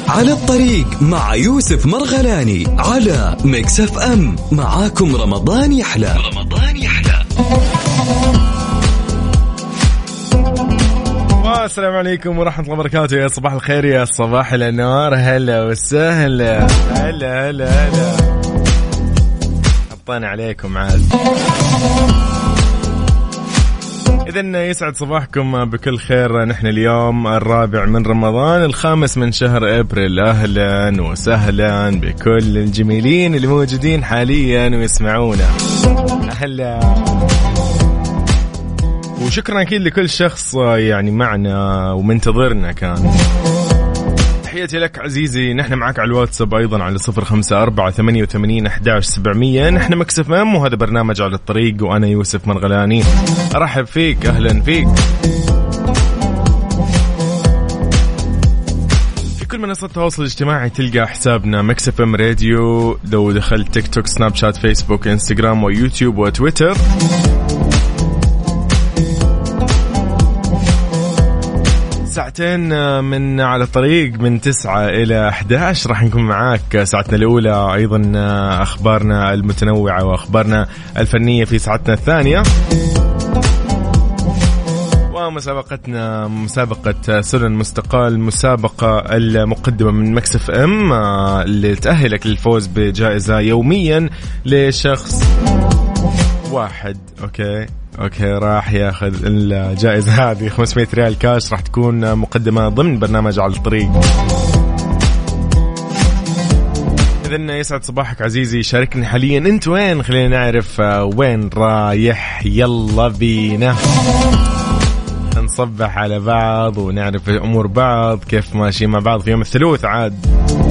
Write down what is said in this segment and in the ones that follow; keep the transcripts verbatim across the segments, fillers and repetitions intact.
على الطريق مع يوسف مرغلاني على ميكس اف ام. معاكم رمضان يحلى. رمضان يحلى. السلام عليكم ورحمة الله وبركاته. يا صباح الخير، يا صباح الأنوار، هلا وسهلا، هلا هلا هلا، حطينا عليكم عاد. إذن يسعد صباحكم بكل خير. نحن اليوم الرابع من رمضان، الخامس من شهر أبريل. أهلا وسهلا بكل الجميلين اللي موجودين حاليا ويسمعونا. أهلا وشكرا أكيد لكل شخص يعني معنا ومنتظرنا كان. تحياتي لك عزيزي. نحن معك على الواتساب أيضا على صفر خمسة أربعة ثمانية وثمانين أحد عشر سبعمية. نحن ميكس اف ام وهذا برنامج على الطريق، وأنا يوسف مرغلاني. أرحب فيك، أهلا فيك في كل منصات التواصل الاجتماعي. تلقى حسابنا ميكس اف ام راديو. لو دخلت تيك توك، سناب شات، فيسبوك، انستغرام ويوتيوب وتويتر. ساعتين من على الطريق من تسعة إلى أحد عشر راح نكون معاك. ساعتنا الأولى أيضا أخبارنا المتنوعة وأخبارنا الفنية في ساعتنا الثانية، ومسابقتنا مسابقة سنن مستقال، مسابقة المقدمة من ميكس اف ام اللي تأهلك للفوز بجائزة يوميا لشخص واحد. أوكي اوكي راح ياخذ الجائزة هذه خمسمية ريال كاش، راح تكون مقدمة ضمن برنامج على الطريق. إذن يسعد صباحك عزيزي. شاركني حاليا انت وين، خلينا نعرف وين رايح. يلا بينا نصبح على بعض ونعرف امور بعض، كيف ماشي مع بعض في يوم الثلاث عاد.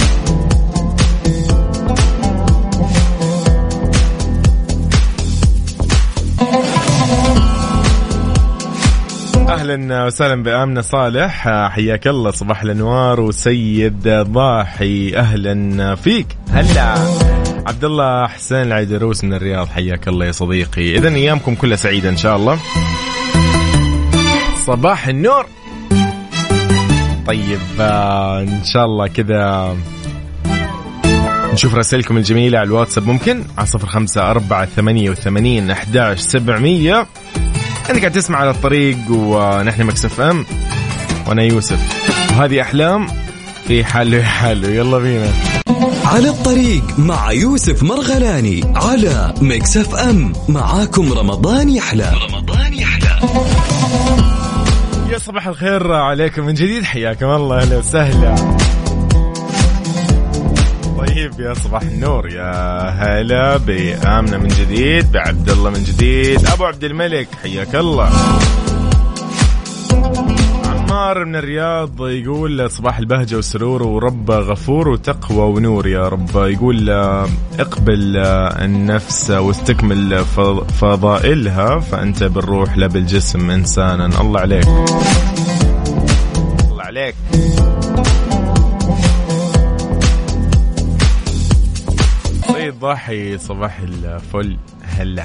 أهلا وسهلا بآمنة صالح، حياك الله. صباح الأنوار وسيد ضاحي، أهلا فيك. هلا عبد الله حسين العيدروس من الرياض، حياك الله يا صديقي. إذن أيامكم كلها سعيدة إن شاء الله. صباح النور. طيب إن شاء الله كذا نشوف رسائلكم الجميلة على الواتساب، ممكن على صفر خمسة أربعة ثمانية وثمانين أحد عشر سبعمية. أنت قاعد تسمع على الطريق ونحن ميكس اف ام وأنا يوسف، وهذه أحلام في حاله حاله. يلا بينا على الطريق مع يوسف مرغلاني على ميكس اف ام. معاكم رمضان يحلى. رمضان يحلى. يا صباح الخير عليكم من جديد، حياكم الله، أهلا وسهلا. طيب يا صباح النور، يا هلا بآمنة من جديد، بعبد الله من جديد، أبو عبد الملك حياك الله. عمار من الرياض يقول صباح البهجة والسرور ورب غفور وتقوى ونور يا رب. يقول اقبل النفس واستكمل فضائلها، فأنت بالروح لا بالجسم إنسانا. الله عليك، الله عليك. ضاحي صباح الفل، هلا.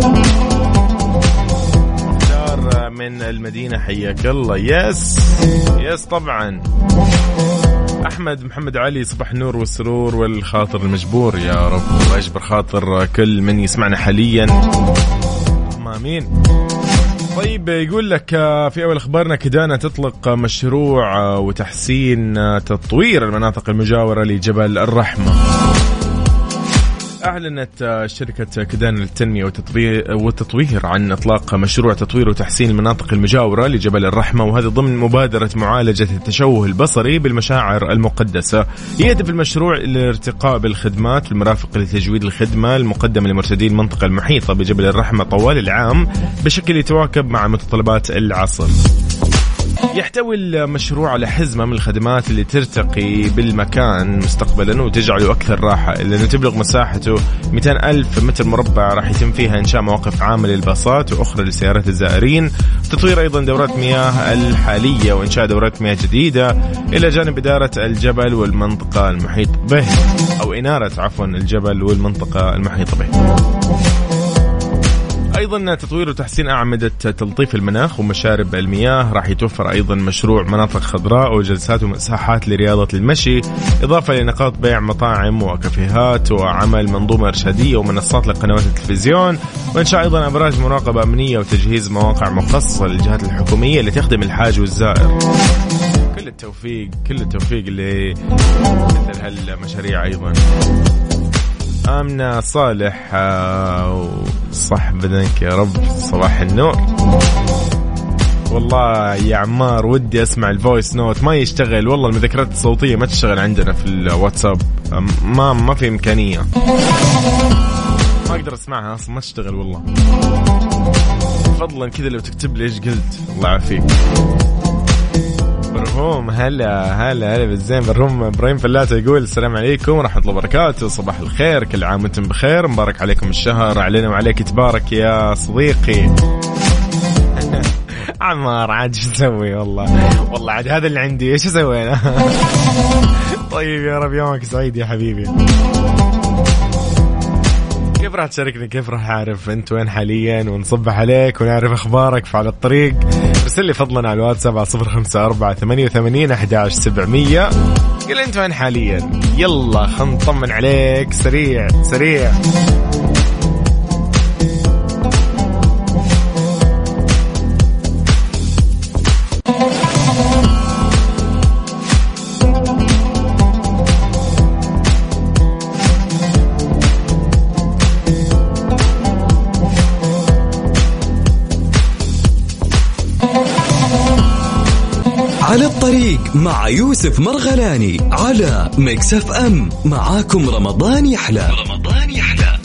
دار من المدينة حياك الله. يس يس طبعا. أحمد محمد علي صباح النور والسرور والخاطر المجبور، يا رب الله يجبر خاطر كل من يسمعنا حاليا، آمين. طيب يقول لك في أول أخبارنا كدانا تطلق مشروع وتحسين تطوير المناطق المجاورة لجبل الرحمة. أعلنت شركة كدان للتنمية والتطوير عن إطلاق مشروع تطوير وتحسين المناطق المجاورة لجبل الرحمة، وهذا ضمن مبادرة معالجة التشوه البصري بالمشاعر المقدسة. يهدف المشروع الارتقاء بالخدمات والمرافق لتجويد الخدمة المقدمة لمرشدي المنطقة المحيطة بجبل الرحمة طوال العام بشكل يتواكب مع متطلبات العصر. يحتوي المشروع على حزمة من الخدمات اللي ترتقي بالمكان مستقبلا وتجعله أكثر راحة، لأنه تبلغ مساحته مئتين ألف متر مربع. راح يتم فيها إنشاء مواقف عامة للباصات وأخرى لسيارات الزائرين، تطوير أيضا دورات مياه الحالية وإنشاء دورات مياه جديدة، إلى جانب إدارة الجبل والمنطقة المحيطة به، أو إنارة عفوا الجبل والمنطقة المحيطة به. أيضا تطوير وتحسين أعمدة تلطيف المناخ ومشارب المياه. راح يتوفر أيضا مشروع مناطق خضراء وجلسات ومساحات لرياضة المشي، إضافة لنقاط بيع مطاعم وكافيهات وعمل منظومة إرشادية ومنصات لقنوات التلفزيون، وإنشاء أيضا أبراج مراقبة أمنية وتجهيز مواقع مخصصة للجهات الحكومية لتخدم الحاج والزائر. كل التوفيق كل التوفيق لمثل هالمشاريع. أيضا آمنة صالح صح بدنك يا رب، صباح النور. والله يا عمار ودي أسمع الفويس نوت، ما يشتغل والله، المذكرات الصوتية ما تشتغل عندنا في الواتساب، ما ما في إمكانية، ما أقدر أسمعها أصلا، ما تشتغل والله. فضلا كذا لو تكتب لي إيش قلت، الله يعافيك. برهوم هلا هلا هلا بالزين. برهوم إبراهيم فلاتة يقول السلام عليكم ورحمة الله وبركاته، صباح الخير، كل عام وانتم بخير، مبارك عليكم الشهر، علينا وعليك تبارك يا صديقي. عمار عاد شو اسوي والله والله عاد هذا اللي عندي، ايش اسوي انا؟ طيب يا رب يومك سعيد يا حبيبي. كيف راح تشاركني؟ كيف راح أعرف أنت وين حاليا ونصبح عليك ونعرف أخبارك في على الطريق؟ ارسل لي فضلا على الواتساب على صفر خمسة أربعة ثمانية وثمانين أحد عشر سبعمية. قل أنت وين حاليا، يلا خلنا نطمن عليك سريع سريع. على الطريق مع يوسف مرغلاني على ميكس اف ام. معاكم رمضان يحلى. رمضان يحلى.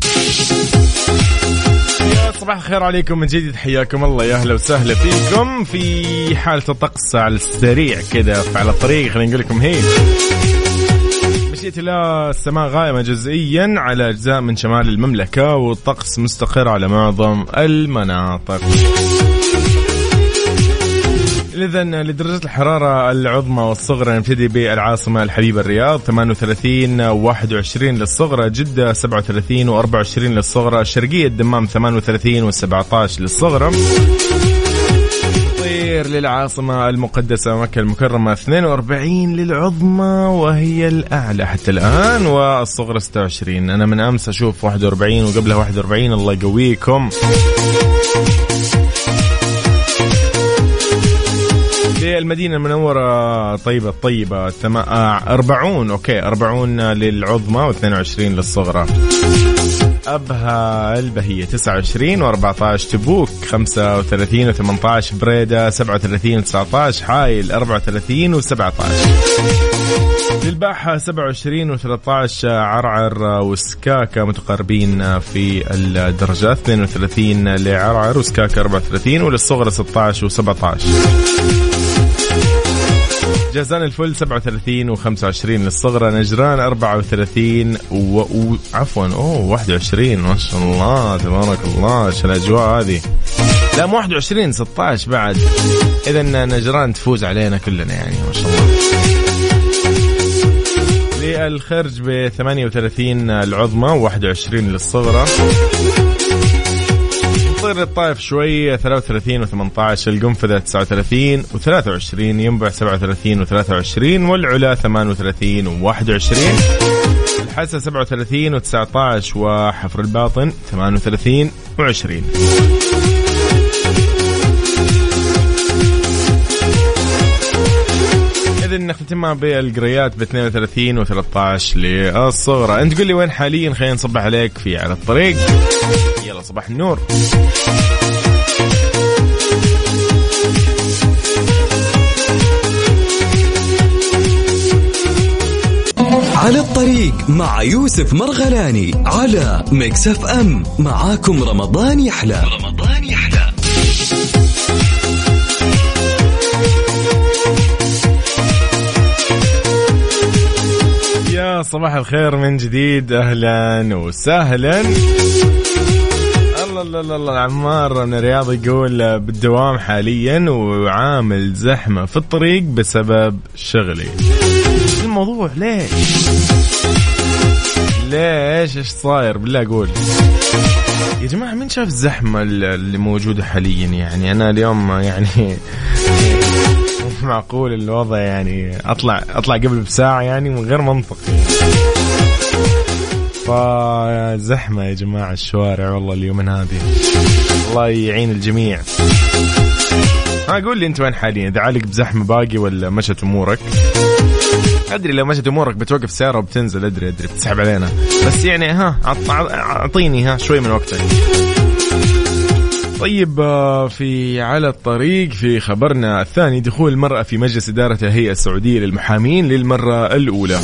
يا صباح الخير عليكم من جديد، حياكم الله، يا اهلا وسهلا فيكم في حالة الطقس على السريع كده على الطريق. خلينا نقول لكم هي مشيت إلى السماء غائمة جزئيا على أجزاء من شمال المملكة، والطقس مستقر على معظم المناطق. إذن لدرجة الحرارة العظمى والصغرى نبتدي بالعاصمة الحبيبة الرياض ثمانية وثلاثين وواحد وعشرين للصغرى، جدة سبعة وثلاثين وأربعة وعشرين للصغرى، الشرقية الدمام ثمانية وثلاثين وسبعة عشر للصغرى. طير للعاصمة المقدسة مكة المكرمة اثنين وأربعين للعظمى وهي الأعلى حتى الآن، والصغرى ستة وعشرين. أنا من أمس أشوف واحد وأربعين وقبلها واحد وأربعين، الله يقويكم. المدينة المنورة طيبة طيبة أربعون أوكي أربعون للعظمى واثنين وعشرين للصغرى. أبها البهية تسعة وعشرين وأربعة عشر، تبوك خمسة وثلاثين وثمانية عشر، بريدة سبعة وثلاثين وتسعة عشر، حايل أربعة وثلاثين وسبعة عشر، للباحة سبعة وعشرين وثلاثة عشر، عرعر وسكاكا متقاربين في الدرجات اثنين وثلاثين لعرعر وسكاكا أربعة وثلاثين، وللصغرى ستة عشر وسبعة عشر. جازان الفل سبعة وثلاثين وخمسة وعشرين للصغرى، نجران أربعة وثلاثين و... و... عفوا أوه واحد وعشرين، ما شاء الله تبارك الله، شو الأجواء هذه. لا مو واحد وعشرين ستة عشر بعد، إذن نجران تفوز علينا كلنا يعني ما شاء الله. للخرج ب ثمانية وثلاثين العظمى وواحد وعشرين للصغرى. طير الطائف شوي ثلاثة وثلاثين وثمانية عشر، القنفذة تسعة وثلاثين وثلاثة وعشرين، ينبع سبعة وثلاثين وثلاثة وعشرين، والعلا ثمانية وثلاثين وواحد وعشرين، الحسا سبعة وثلاثين وتسعة عشر، وحفر الباطن ثمانية وثلاثين وعشرين. إذن نختمها بالقريات ب اثنين وثلاثين وثلاثة عشر للصغرى. أنت قل لي وين حاليا، خلينا نصبح عليك في على الطريق. يلا صباح النور. على الطريق مع يوسف مرغلاني على ميكس اف ام. معاكم رمضان يحلى. رمضان يحلى. يا صباح الخير من جديد، أهلا وسهلا. الله الله الله الله. عمار من الرياض يقول بالدوام حاليا وعامل زحمة في الطريق بسبب شغلي. الموضوع؟ ليش ليش ايش صاير بالله قول يا جماعة. مين شاف الزحمة اللي موجودة حاليا؟ يعني أنا اليوم يعني معقول الوضع يعني أطلع أطلع قبل بساعة يعني من غير منطق. فزحمة يا جماعة الشوارع والله اليومين هذه، الله يعين الجميع. ها قول لي أنت وين حاليا؟ إذا عالق بزحمة باقي ولا مشت أمورك؟ أدري لو مشت أمورك بتوقف سيارة وبتنزل، أدري أدري بتسحب علينا، بس يعني ها أعطيني ها شوي من وقتك. طيب في على الطريق في خبرنا الثاني، دخول المرأة في مجلس إدارة الهيئة السعودية للمحامين للمرة الأولى.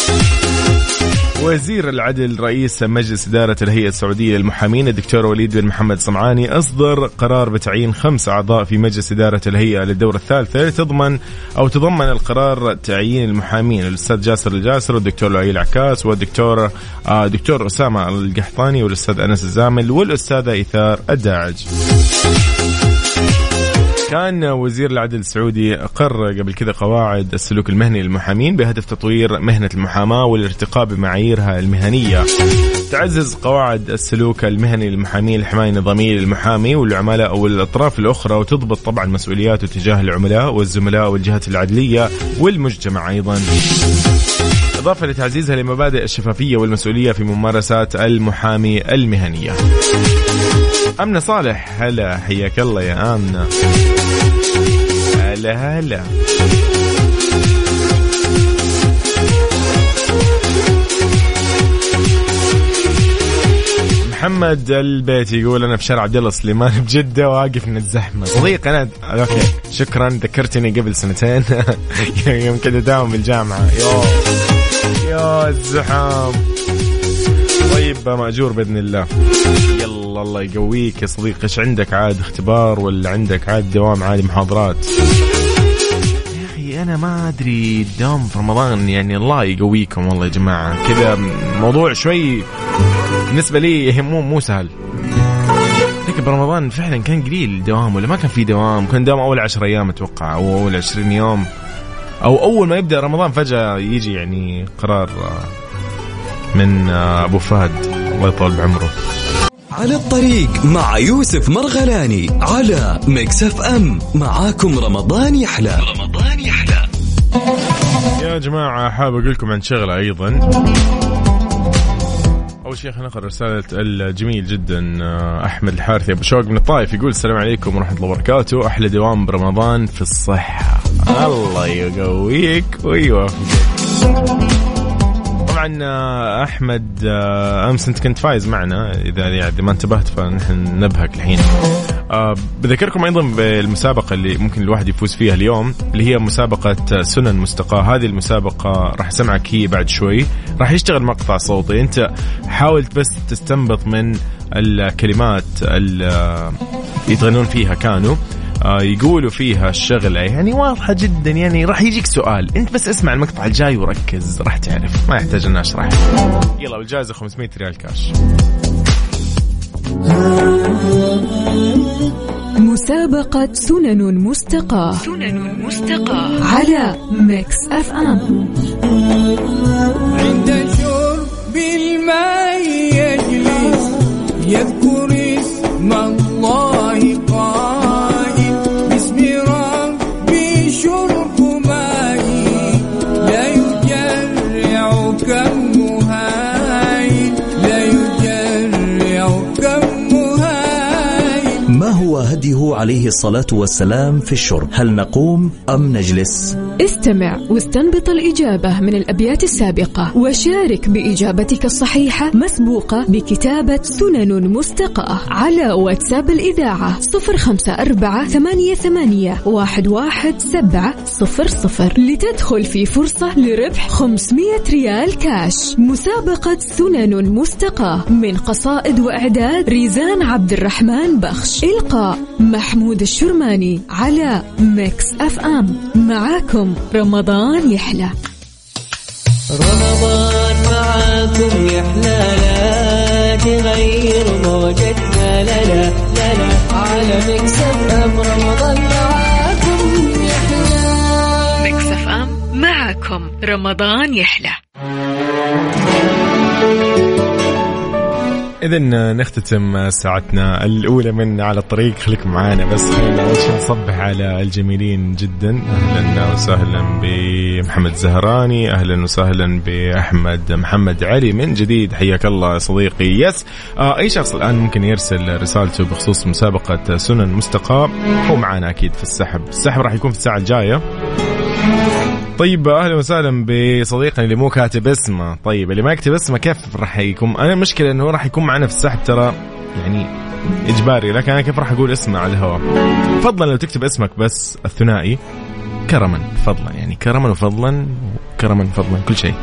وزير العدل رئيس مجلس إدارة الهيئة السعودية للمحامين الدكتور وليد بن محمد صمعاني أصدر قرار بتعيين خمس أعضاء في مجلس إدارة الهيئة للدورة الثالثة. تضمن أو تضمن القرار تعيين المحامين الأستاذ جاسر الجاسر والدكتور لؤي العكاس والدكتور آه دكتور أسامة القحطاني والأستاذ أنس الزامل والأستاذة إيثار الداعج. كان وزير العدل السعودي أقر قبل كذا قواعد السلوك المهني للمحامين بهدف تطوير مهنة المحاماة والارتقاء بمعاييرها المهنية. تعزز قواعد السلوك المهني للمحامين الحماية النظامية للمحامي والعملاء والأطراف الأخرى، وتضبط طبعا مسؤولياته تجاه العملاء والزملاء والجهات العدلية والمجتمع أيضا، إضافة لتعزيزها لمبادئ الشفافية والمسؤولية في ممارسات المحامي المهنية. أمنة صالح، هلا حياك الله يا آمنة. هلا هلا. محمد البيت يقول أنا في شارع عبد الله سليمان بجدة واقف من الزحمة. صديق أنا أوكي شكرا ذكرتني قبل سنتين يوم كده داوم بالجامعة. يو يا الزحام. طيب مأجور بإذن الله. يلا الله يقويك يا صديقي. إيش عندك عاد اختبار ولا عندك عاد دوام عادي محاضرات؟ يا أخي أنا ما أدري الدوام في رمضان يعني الله يقويكم والله يا جماعة. كذا موضوع شوي بالنسبة لي يهمون مو سهل. لكن برمضان فعلا كان قليل الدوام ولا ما كان في دوام؟ كان دوام أول عشر أيام أتوقع أو أول عشرين يوم أو أول ما يبدأ رمضان فجأة يجي يعني قرار من أبو فهد الله يطول بعمره. على الطريق مع يوسف مرغلاني على ميكس اف ام. معاكم رمضان يحلى. رمضان يحلى يا جماعة. حابب أقول لكم عن شغلة أيضا. أول شيء خلينا نقرأ رسالة الجميل جدا أحمد الحارثي أبو شوق من الطائف. يقول السلام عليكم ورحمة الله وبركاته. أحلى دوام برمضان في الصحة. الله يقويك ويوفقك. طبعا أحمد أمس أنت كنت فايز معنا، إذا يعني ما انتبهت فنحن نبهك الحين. أه بذكركم أيضا بالمسابقة اللي ممكن الواحد يفوز فيها اليوم، اللي هي مسابقة سنن مستقاة. هذه المسابقة راح أسمعك هي بعد شوي، راح يشتغل مقطع صوتي. أنت حاولت بس تستنبط من الكلمات اللي يتغنون فيها كانوا آه يقولوا فيها الشغلة يعني واضحة جدا. يعني راح يجيك سؤال، انت بس اسمع المقطع الجاي وركز راح تعرف، ما يحتاج ان اشرح. يلا والجائزة خمسمية ريال كاش. مسابقة سنن مستقاة. سنن مستقاة على ميكس اف ام. عند شرب الماء يجلس يذكر اسم الله قائل باسم ربي شرب ماء لا يجرع كمهاي لا يجرع كمهاي. ما هو هديه عليه الصلاة والسلام في الشرب؟ هل نقوم أم نجلس؟ استمع واستنبط الإجابة من الأبيات السابقة وشارك بإجابتك الصحيحة مسبوقة بكتابة سنن مستقاة على واتساب الإذاعة صفر خمسة أربعة ثمانية ثمانية واحد واحد سبعة صفر صفر لتدخل في فرصة لربح خمسمية ريال كاش. مسابقة سنن مستقاة من قصائد وإعداد ريزان عبد الرحمن بخش، إلقاء محمود الشرماني على ميكس اف ام. معاكم رمضان يحلى. رمضان معاكم يحلى، لا تغير موجتنا، لا لا لا لا على ميكس اف ام. رمضان معاكم يحلى. ميكس اف ام معاكم معاكم رمضان يحلى. إذن نختتم ساعتنا الأولى من على الطريق. خليكم معانا بس خلينا أول شيء نصبح على الجميلين جدا. أهلا وسهلا بمحمد زهراني، أهلا وسهلا بأحمد محمد علي من جديد، حياك الله صديقي. يس آه أي شخص الآن ممكن يرسل رسالته بخصوص مسابقة سنن مستقى، هو معانا أكيد في السحب. السحب راح يكون في الساعة الجاية. طيب أهلا وسهلا بصديقنا اللي مو كاتب اسمه. طيب اللي ما يكتب اسمه كيف راح يكون؟ أنا المشكلة إنه راح يكون معنا في السحب ترى يعني إجباري، لكن أنا كيف راح أقول اسمه على الهواء؟ فضلا لو تكتب اسمك بس الثنائي كرما فضلا، يعني كرما وفضلا كرما فضلا كل شيء.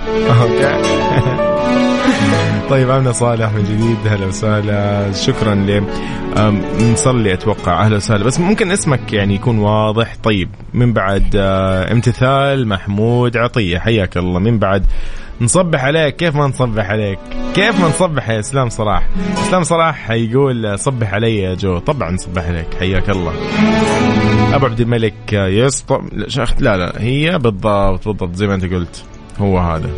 طيب أنا صالح من جديد، هلا وسهلا، شكرا ل نصلي أتوقع، أهلا وسهلا. بس ممكن اسمك يعني يكون واضح. طيب من بعد امتثال محمود عطية، حياك الله. من بعد نصبح عليك، كيف ما نصبح عليك، كيف ما نصبح يا إسلام صلاح. إسلام صلاح يقول صبح علي يا جو، طبعا نصبح عليك، حياك الله. أبو عبد الملك يسطب، لا لا هي بالضبط بالضبط زي ما أنت قلت، هو هذا.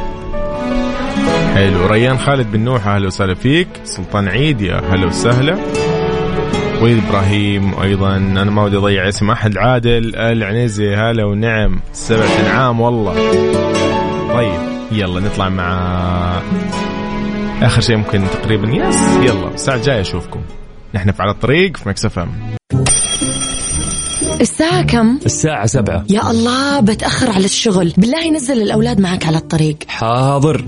حلو. ريان خالد بن نوح، أهلا وسهلا فيك. سلطان عيد، يا هلا وسهلا. وليد إبراهيم أيضا، أنا ما ودي أضيع اسم أحد. عادل العنزي، هلا ونعم، سبعة أنعام والله. طيب يلا نطلع مع آخر شيء ممكن تقريبا. يس يلا الساعة الجاية أشوفكم، نحن في على الطريق في مكس إف إم. الساعة كم؟ الساعة سبعة. يا الله بتأخر على الشغل، بالله نزل الأولاد معك على الطريق. حاضر.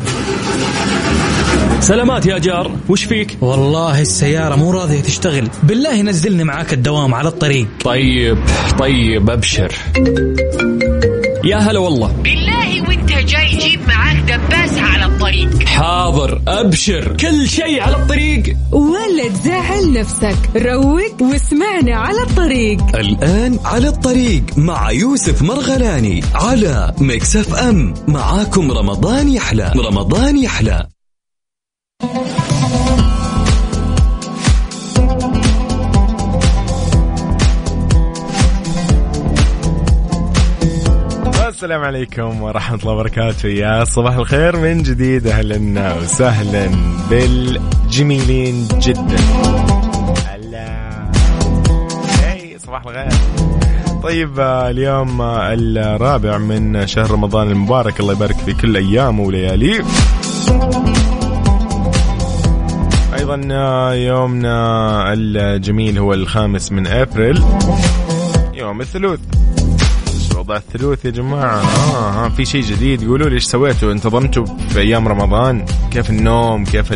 سلامات يا جار، وش فيك؟ والله السيارة مو راضية تشتغل، بالله نزلني معاك الدوام على الطريق. طيب طيب أبشر. يا هلا والله. بالله وانت جاي جيب معاك دباسة على الطريق. حاضر أبشر، كل شيء على الطريق. ولا تزعل نفسك، روق واسمعنا على الطريق. الآن على الطريق مع يوسف مرغلاني على ميكس إف إم. معاكم رمضان يحلى. رمضان يحلى. السلام عليكم ورحمة الله وبركاته، يا صباح الخير من جديد، أهلا وسهلا بالجميلين جدا. هلا هاي صباح الخير. طيب اليوم الرابع من شهر رمضان المبارك، الله يبارك في كل أيامه ولياليه. أيضا يومنا الجميل هو الخامس من أبريل، يوم الثلاث. وضع الثلوث يا جماعة. آه ها في شيء جديد، قولوا لي إيش سويتوا، انتظمتوا في أيام رمضان؟ كيف النوم، كيف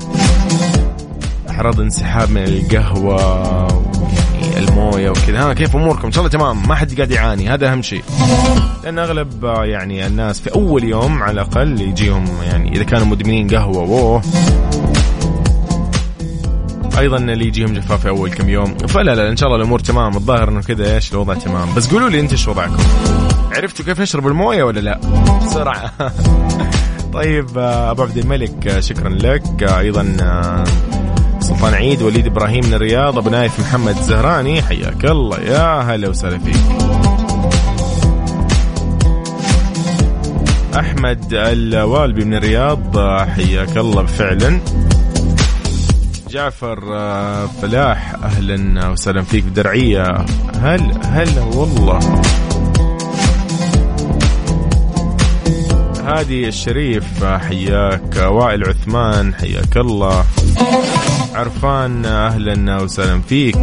أعراض انسحاب من القهوة يعني الموية وكذا، ها كيف أموركم؟ إن شاء الله تمام، ما حد قاعد يعاني، هذا أهم شيء. لأن أغلب يعني الناس في أول يوم على الأقل يجيهم، يعني إذا كانوا مدمنين قهوة ووه، ايضا اللي يجيهم جفاف في اول كم يوم، فلا لا ان شاء الله الامور تمام. الظاهر انه كذا ايش الوضع تمام. بس قولوا لي انتم ايش وضعكم، عرفتوا كيف نشرب المويه ولا لا بسرعه؟ طيب ابو عبد الملك شكرا لك. ايضا سلطان عيد، وليد ابراهيم من الرياض، ابو نايف محمد زهراني، حياك الله، يا هلا وسهلا فيك. احمد الوالبي من الرياض، حياك الله فعلا. جعفر فلاح، أهلا وسهلا فيك بدرعية، هل هلا والله. هادي الشريف حياك. وائل عثمان حياك الله. عرفان أهلا وسهلا فيك.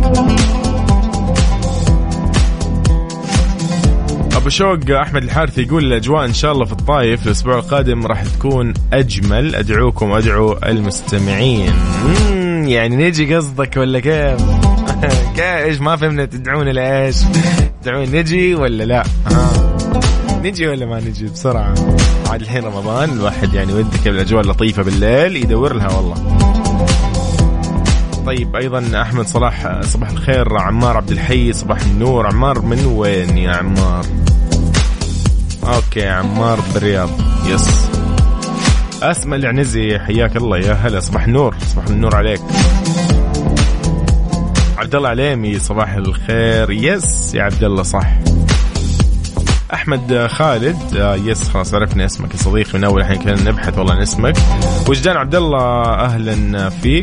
أبو شوق أحمد الحارثي يقول الأجواء إن شاء الله في الطايف الأسبوع القادم راح تكون أجمل، أدعوكم أدعو المستمعين. يعني نجي قصدك ولا كيف؟ كيف ما فهمنا، تدعونا لإيش؟ تدعون نجي ولا لا؟ ها نجي ولا ما نجي بسرعة؟ عاد الحين رمضان، الواحد يعني ودك بالأجواء اللطيفة بالليل يدور لها والله. طيب أيضا أحمد صلاح، صباح الخير. عمار عبد الحي، صباح النور. عمار من وين يا عمار؟ أوكي عمار بالرياض، يس. أسماء العنزي حياك الله، يا هلا، صباح النور، صباح النور عليك. عبد الله عليمي، صباح الخير، يس يا عبد الله صح. أحمد خالد آه يس خلاص عرفنا اسمك يا صديقي من أول حين كنا نبحث والله عن اسمك. وجدان عبد الله أهلا فيك.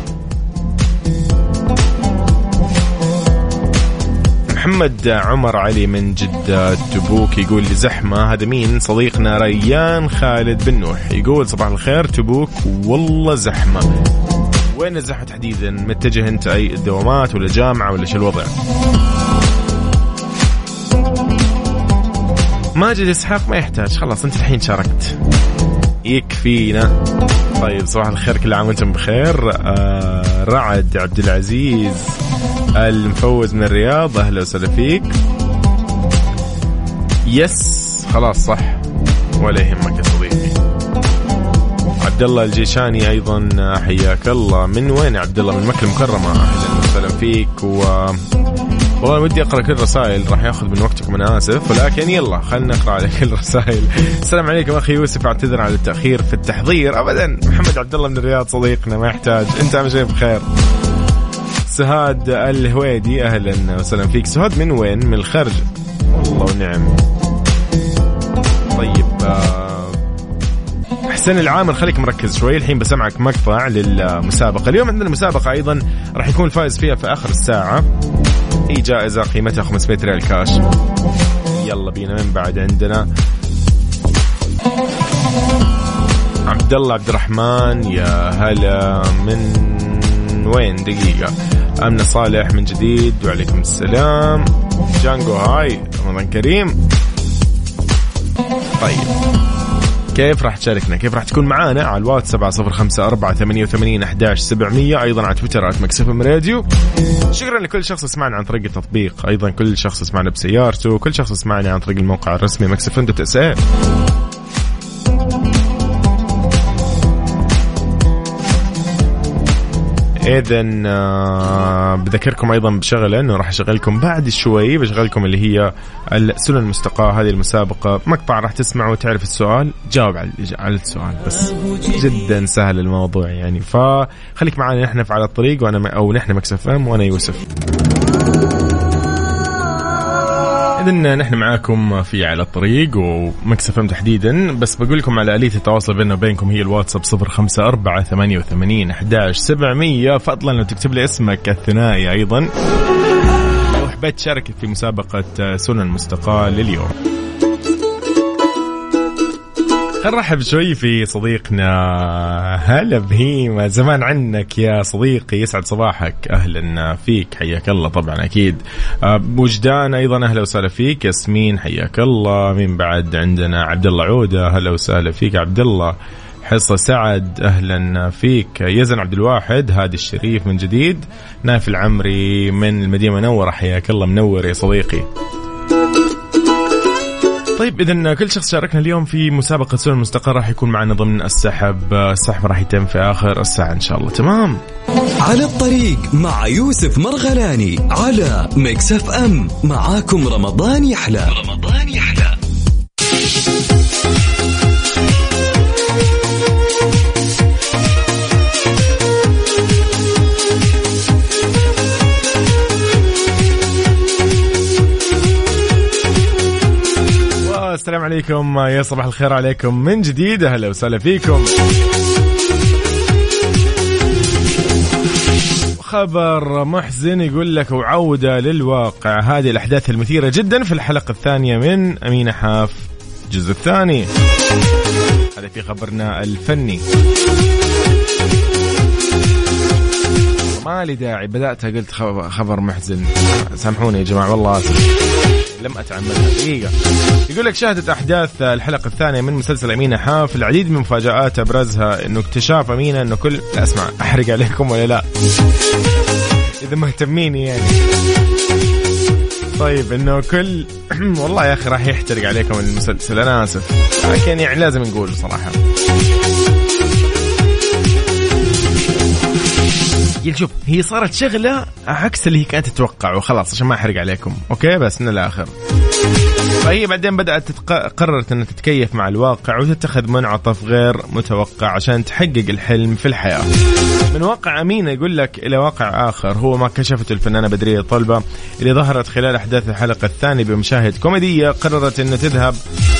محمد عمر علي من جدة تبوك يقول لي زحمة. هذا مين؟ صديقنا ريان خالد بن نوح يقول صباح الخير تبوك والله زحمة. وين الزحمة تحديدا؟ متجه انت اي دوامات ولا جامعة ولا شو الوضع؟ ماجد اسحاق ما يحتاج خلاص انت الحين شاركت يكفينا. طيب صباح الخير كل عام وانتم بخير. آه رعد عبد العزيز المفوز من الرياض أهلا وسهلا فيك. يس خلاص صح ولا يهمك يا صديقي. عبد الله الجيشاني أيضا حياك الله. من وين عبد الله؟ من مكة المكرمة أهلا وسهلا فيك. و والله ودي أقرأ كل رسائل راح يأخذ من وقتكم أنا آسف ولكن يلا خلنا نقرأ على كل رسائل. السلام عليكم أخي يوسف أعتذر على التأخير في التحضير. أبدا محمد عبد الله من الرياض صديقنا ما يحتاج أنت أهم شيء بخير. سهاد الهويدي أهلا وسهلا فيك. سهاد من وين؟ من الخرج والله ونعم. طيب حسين العامر خليك مركز شوي الحين بسمعك مقطع للمسابقة. اليوم عندنا مسابقة أيضا راح يكون الفائز فيها في آخر الساعة هي جائزة قيمتها خمسمية ريال كاش. يلا بينا. من بعد عندنا عبد الله عبد الرحمن يا هلا. من وين؟ دقيقة. أمنة صالح من جديد وعليكم السلام. جانجو هاي رمضان كريم. طيب كيف راح تشاركنا؟ كيف راح تكون معانا؟ على الواتس سبعة صفر خمسة أربعة ثمانية وثمانين أحد عشر سبعمية. أيضا على تويتر آت ميكس إف إم راديو. شكرا لكل شخص يسمعنا عن طريق التطبيق. أيضا كل شخص يسمعنا بسيارته. كل شخص يسمعنا عن طريق الموقع الرسمي ميكس إف إم دوت إس إيه. إذن آه بذكركم أيضا بشغلة أنه راح أشغلكم بعد شوي بشغلكم اللي هي السنن المستقاة. هذه المسابقة مقطع راح تسمعه وتعرف السؤال جاوب على السؤال بس جدا سهل الموضوع يعني. فخليك معنا نحن في على الطريق وأنا أو نحن ميكس إف إم وأنا يوسف. إذن نحن معاكم في على الطريق وميكس إف إم تحديدا. بس بقول لكم على آلية التواصل بيننا وبينكم هي الواتساب صفر خمسة أربعة ثمانية وثمانين أحد عشر سبعمية. فضلا لو تكتب لي اسمك الثنائي أيضا لو حبيت تشارك في مسابقة سنن مستقاة لليوم. خل نرحب شوي في صديقنا. هلا بهيمة زمان عنك يا صديقي يسعد صباحك أهلا فيك حياك الله. طبعا أكيد وجدان أيضا أهلا وسهلا فيك. ياسمين حياك الله. من بعد عندنا عبد الله عودة هلا وسهلا فيك عبد الله. حصة سعد أهلا فيك. يزن عبد الواحد. هادي الشريف من جديد. نايف العمري من المدينة منورة حياك الله منور يا صديقي. طيب إذن كل شخص شاركنا اليوم في مسابقة سنن المستقاة راح يكون معنا ضمن السحب. السحب راح يتم في آخر الساعة إن شاء الله. تمام. على الطريق مع يوسف مرغلاني على ميكس إف إم. معاكم رمضان يحلى. رمضان يحلى. السلام عليكم يا صباح الخير عليكم من جديد أهلا وسهلا فيكم. خبر محزن يقول لك وعودة للواقع. هذه الأحداث المثيرة جدا في الحلقة الثانية من أمينة حاف الجزء الثاني. هذا في خبرنا الفني. ما لي داعي بدأت قلت خبر محزن سامحوني يا جماعة والله آسف لم أتعمدها. دقيقة. يقول لك شاهدت أحداث الحلقة الثانية من مسلسل أمينة حاف العديد من مفاجآت أبرزها إنه اكتشاف أمينة إنه كل لا أسمع أحرق عليكم ولا لا إذا مهتميني يعني. طيب إنه كل والله يا أخي راح يحترق عليكم المسلسل أنا آسف لكن يعني لازم نقول صراحة. شوف هي صارت شغلة عكس اللي هي كانت تتوقع وخلاص عشان ما أحرق عليكم أوكي بس من الآخر فهي بعدين بدأت تتق... قررت أن تتكيف مع الواقع وتتخذ منعطف غير متوقع عشان تحقق الحلم في الحياة. من واقع أمينة يقول لك إلى واقع آخر هو ما كشفته الفنانة بدرية طلبة اللي ظهرت خلال أحداث الحلقة الثانية بمشاهد كوميدية. قررت أنه تذهب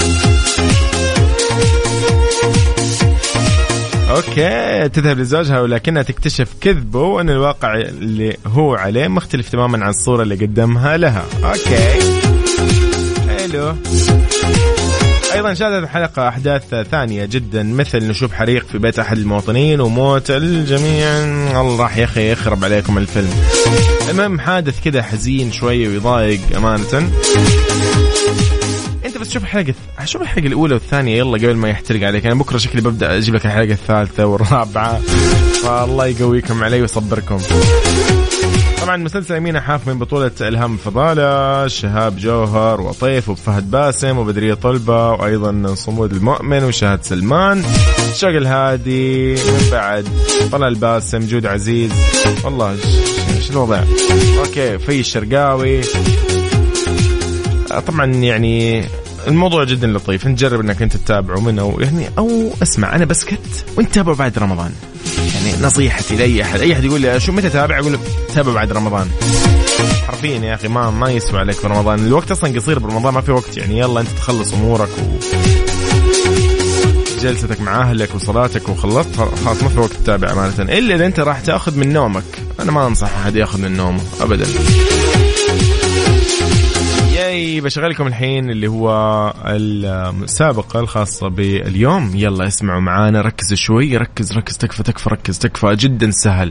أوكي تذهب لزوجها ولكنها تكتشف كذبه وأن الواقع اللي هو عليه مختلف تماما عن الصورة اللي قدمها لها. أوكي حلو. أيضا شهدت الحلقة أحداث ثانية جدا مثل نشوب حريق في بيت أحد المواطنين وموت الجميع. الله راح يا أخي يخرب عليكم الفيلم. المهم حادث كده حزين شوية ويضايق أمانة. انت بس شوف الحلقة شوف الحلقة الأولى والثانية يلا قبل ما يحترق عليك. أنا بكرة شكلي ببدأ أجيب لك الحلقة الثالثة والرابعة فالله يقويكم علي ويصبركم. طبعا مسلسل أمينة حاف من بطولة إلهام فضالة، شهاب جوهر وطيف وفهد باسم وبدرية طلبة وأيضا صمود المؤمن وشهد سلمان شغل الهادي من بعد طلال الباسم جود عزيز. والله ايش الوضع. اوكي في الشرقاوي. طبعا يعني الموضوع جدا لطيف. انت جرب انك انت تتابعه منه يعني او اسمع انا بسكت وانت تابعه بعد رمضان. يعني نصيحتي لاي احد اي احد يقول لي شو متى تابع اقول له تابع بعد رمضان. حرفيا يا اخي ما ما يسوى عليك في رمضان. الوقت اصلا قصير برمضان ما في وقت. يعني يلا انت تخلص امورك وجلستك مع اهلك وصلاتك وخلصت خلاص ما في وقت تتابع امانه الا اذا انت راح تاخذ من نومك. انا ما انصح احد ياخذ من نومه ابدا. ياي بشغلكم الحين اللي هو المسابقة الخاصة باليوم. يلا اسمعوا معانا ركزوا شوي. ركز ركز تكفى تكفى ركز تكفى جدا سهل.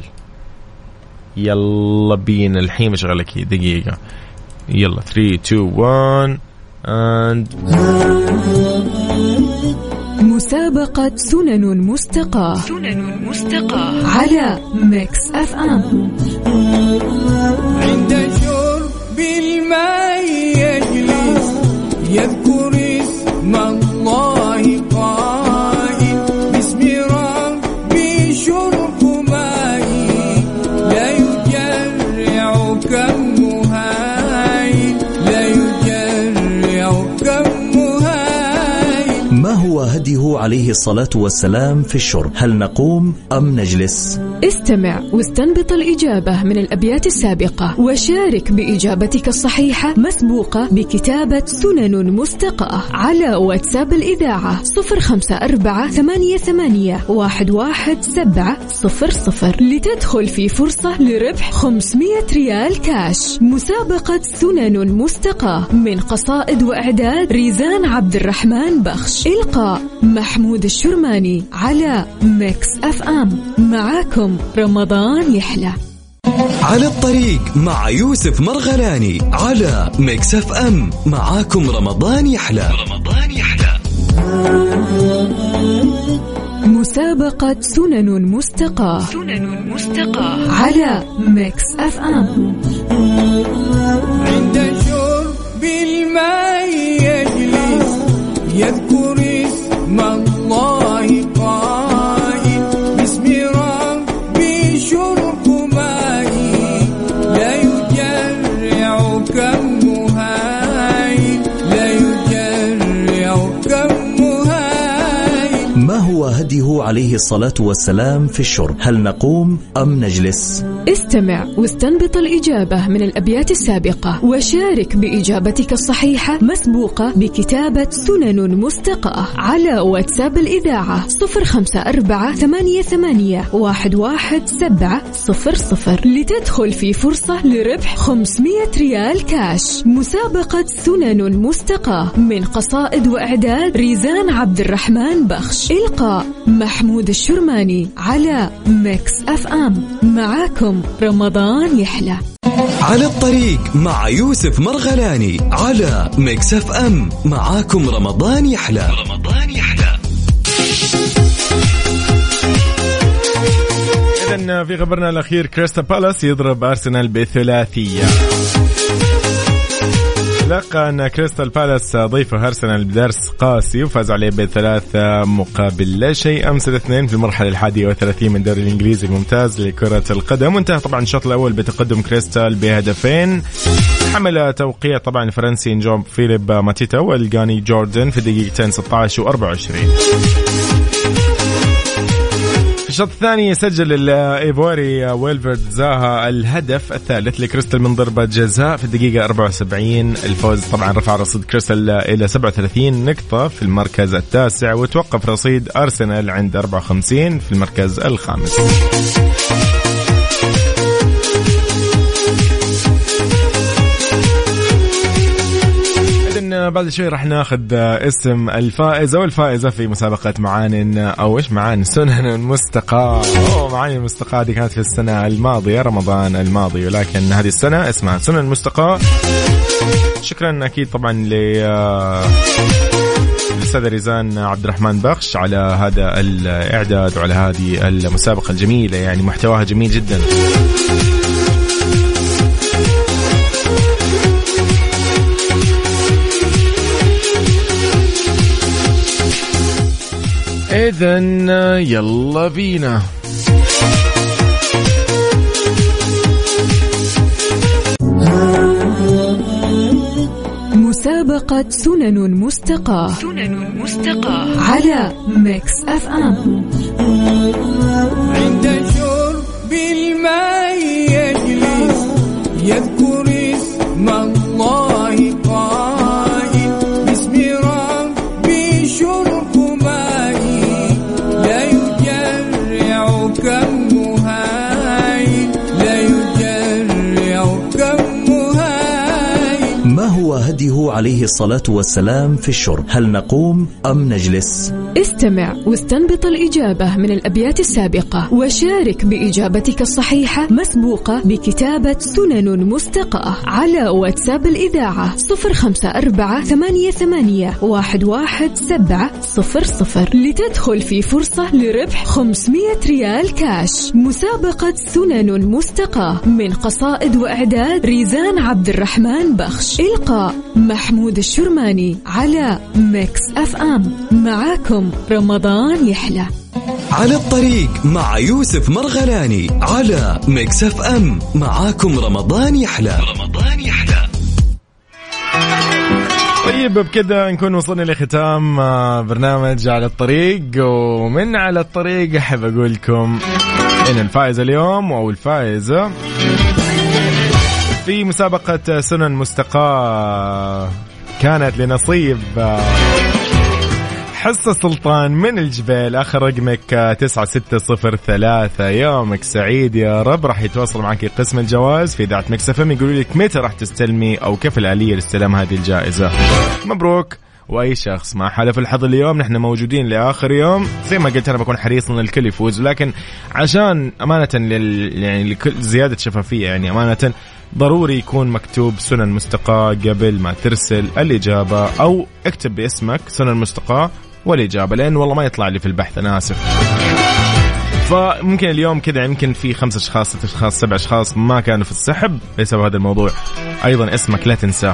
يلا بينا الحين بشغلك دقيقة. يلا ثلاثة اثنين واحد and مسابقة سنن مستقاة. سنن مستقاة على ميكس اف ام. عند شرب الماء يجلس يذكر اسم الله قائل باسم ربي شرب ماء لا يجرع كمهاي لا يجرع كمهاي. ما هو هديه عليه الصلاة والسلام في الشرب؟ هل نقوم أم نجلس؟ استمع واستنبط الإجابة من الأبيات السابقة وشارك بإجابتك الصحيحة مسبوقة بكتابة سنن مستقاة على واتساب الإذاعة صفر خمسة أربعة ثمانية ثمانية واحد واحد سبعة صفر صفر لتدخل في فرصة لربح خمسمية ريال كاش. مسابقة سنن مستقاة من قصائد وإعداد ريزان عبد الرحمن بخش. إلقاء محمود الشرماني على ميكس أف أم. معاكم رمضان يحلى. على الطريق مع يوسف مرغلاني على ميكس اف ام. معاكم رمضان يحلى. رمضان يحلى. مسابقة سنن مستقاة. سنن مستقاة على ميكس اف ام. عند شرب الماء يجلس يذكر اسم الله قائل باسم ربي شرب ماء لا يجرع كمهاي لا يجرع كمهاي. ما هو هديه عليه الصلاة والسلام في الشرب؟ هل نقوم أم نجلس؟ استمع واستنبط الإجابة من الأبيات السابقة وشارك بإجابتك الصحيحة مسبوقة بكتابة سنن مستقاة على واتساب الإذاعة صفر خمسة أربعة ثمانية ثمانية واحد واحد سبعة صفر صفر لتدخل في فرصة لربح خمسمية ريال كاش. مسابقة سنن مستقاة من قصائد وإعداد ريزان عبد الرحمن بخش. إلقاء محمود الشرماني على ميكس أف أم. معاكم رمضان يحلى. على الطريق مع يوسف مرغلاني على ميكس اف ام. معاكم رمضان يحلى. رمضان يحلى. إذن في خبرنا الأخير كريستال بالاس يضرب أرسنال بثلاثية. لقى أن كريستال بالاس ضيفه أرسنال بدرس قاسي وفاز عليه بثلاثة مقابل لا شيء أمس الاثنين في المرحلة الحادية وثلاثين من الدوري الإنجليزي الممتاز لكرة القدم. وانتهى طبعا الشوط الأول بتقدم كريستال بهدفين، حمل توقيع طبعا الفرنسي نجوم فيليب ماتيتا والغاني جوردن في دقيقتين ستة عشر وأربعة وعشرين. الشوط الثاني سجل الإيفوري ويلفرد زاها الهدف الثالث لكريستال من ضربة جزاء في الدقيقة أربعة وسبعين. الفوز طبعا رفع رصيد كريستال إلى سبعة وثلاثين نقطة في المركز التاسع، وتوقف رصيد أرسنال عند أربعة وخمسين في المركز الخامس. بعد شوي راح ناخذ اسم الفائز او الفائزه في مسابقه معان او ايش معان سنن مستقى. اوه معاني المستقى دي كانت في السنه الماضيه رمضان الماضي، ولكن هذه السنه اسمها سنن مستقى. شكرا اكيد طبعا ل الأستاذ ريزان عبد الرحمن بخش على هذا الاعداد وعلى هذه المسابقه الجميله، يعني محتواها جميل جدا. إذن يلا بينا. مسابقة سنن مستقى سنن مستقى على ميكس اف ام. عند شرب الماء يجلس يذكر اسم الله قائل باسم ربي شرب هديه عليه الصلاة والسلام في الشرب؟ هل نقوم أم نجلس؟ استمع واستنبط الإجابة من الأبيات السابقة وشارك بإجابتك الصحيحة مسبوقة بكتابة سنن مستقى على واتساب الإذاعة صفر خمسة أربعة ثمانية ثمانية واحد واحد سبعة صفر صفر لتدخل في فرصة لربح خمسمائة ريال كاش. مسابقة سنن مستقى من قصائد وإعداد ريزان عبد الرحمن بخش، إلقاء محمود الشرماني على ميكس اف ام. معاكم رمضان يحلى. على الطريق مع يوسف مرغلاني على ميكس اف ام. معاكم رمضان يحلى. رمضان يحلى. طيب بكذا نكون وصلنا لختام برنامج على الطريق، ومن على الطريق أحب أقول لكم إن الفائز اليوم أو الفائزة في مسابقة سنن مستقى كانت لنصيب حصة سلطان من الجبال، آخر رقمك تسعة ستة صفر ثلاثة. يومك سعيد يا رب. راح يتواصل معك قسم الجواز في إذاعة ميكس اف ام يقولوا لك متى راح تستلمي أو كيف الآلية لاستلام هذه الجائزة. مبروك. وأي شخص ما حلف الحظ اليوم نحن موجودين لآخر يوم، زي ما قلت أنا بكون حريص إن الكل يفوز، لكن عشان أمانة لل يعني لكل زيادة شفافية يعني أمانة ضروري يكون مكتوب سنن مستقى قبل ما ترسل الإجابة، أو اكتب باسمك سنن مستقى والإجابة، لأن والله ما يطلع لي في البحث أنا آسف. فممكن اليوم كذا يمكن في خمسة أشخاص ستة أشخاص سبع أشخاص ما كانوا في السحب بسبب هذا الموضوع. أيضا اسمك لا تنساه.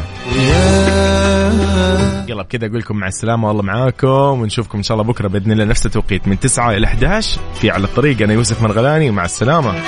يلا بكذا أقول لكم مع السلامة والله معاكم، ونشوفكم إن شاء الله بكرة بإذن الله نفس التوقيت من تسعة إلى أحد عشر في على الطريق. أنا يوسف مرغلاني، مع السلامة.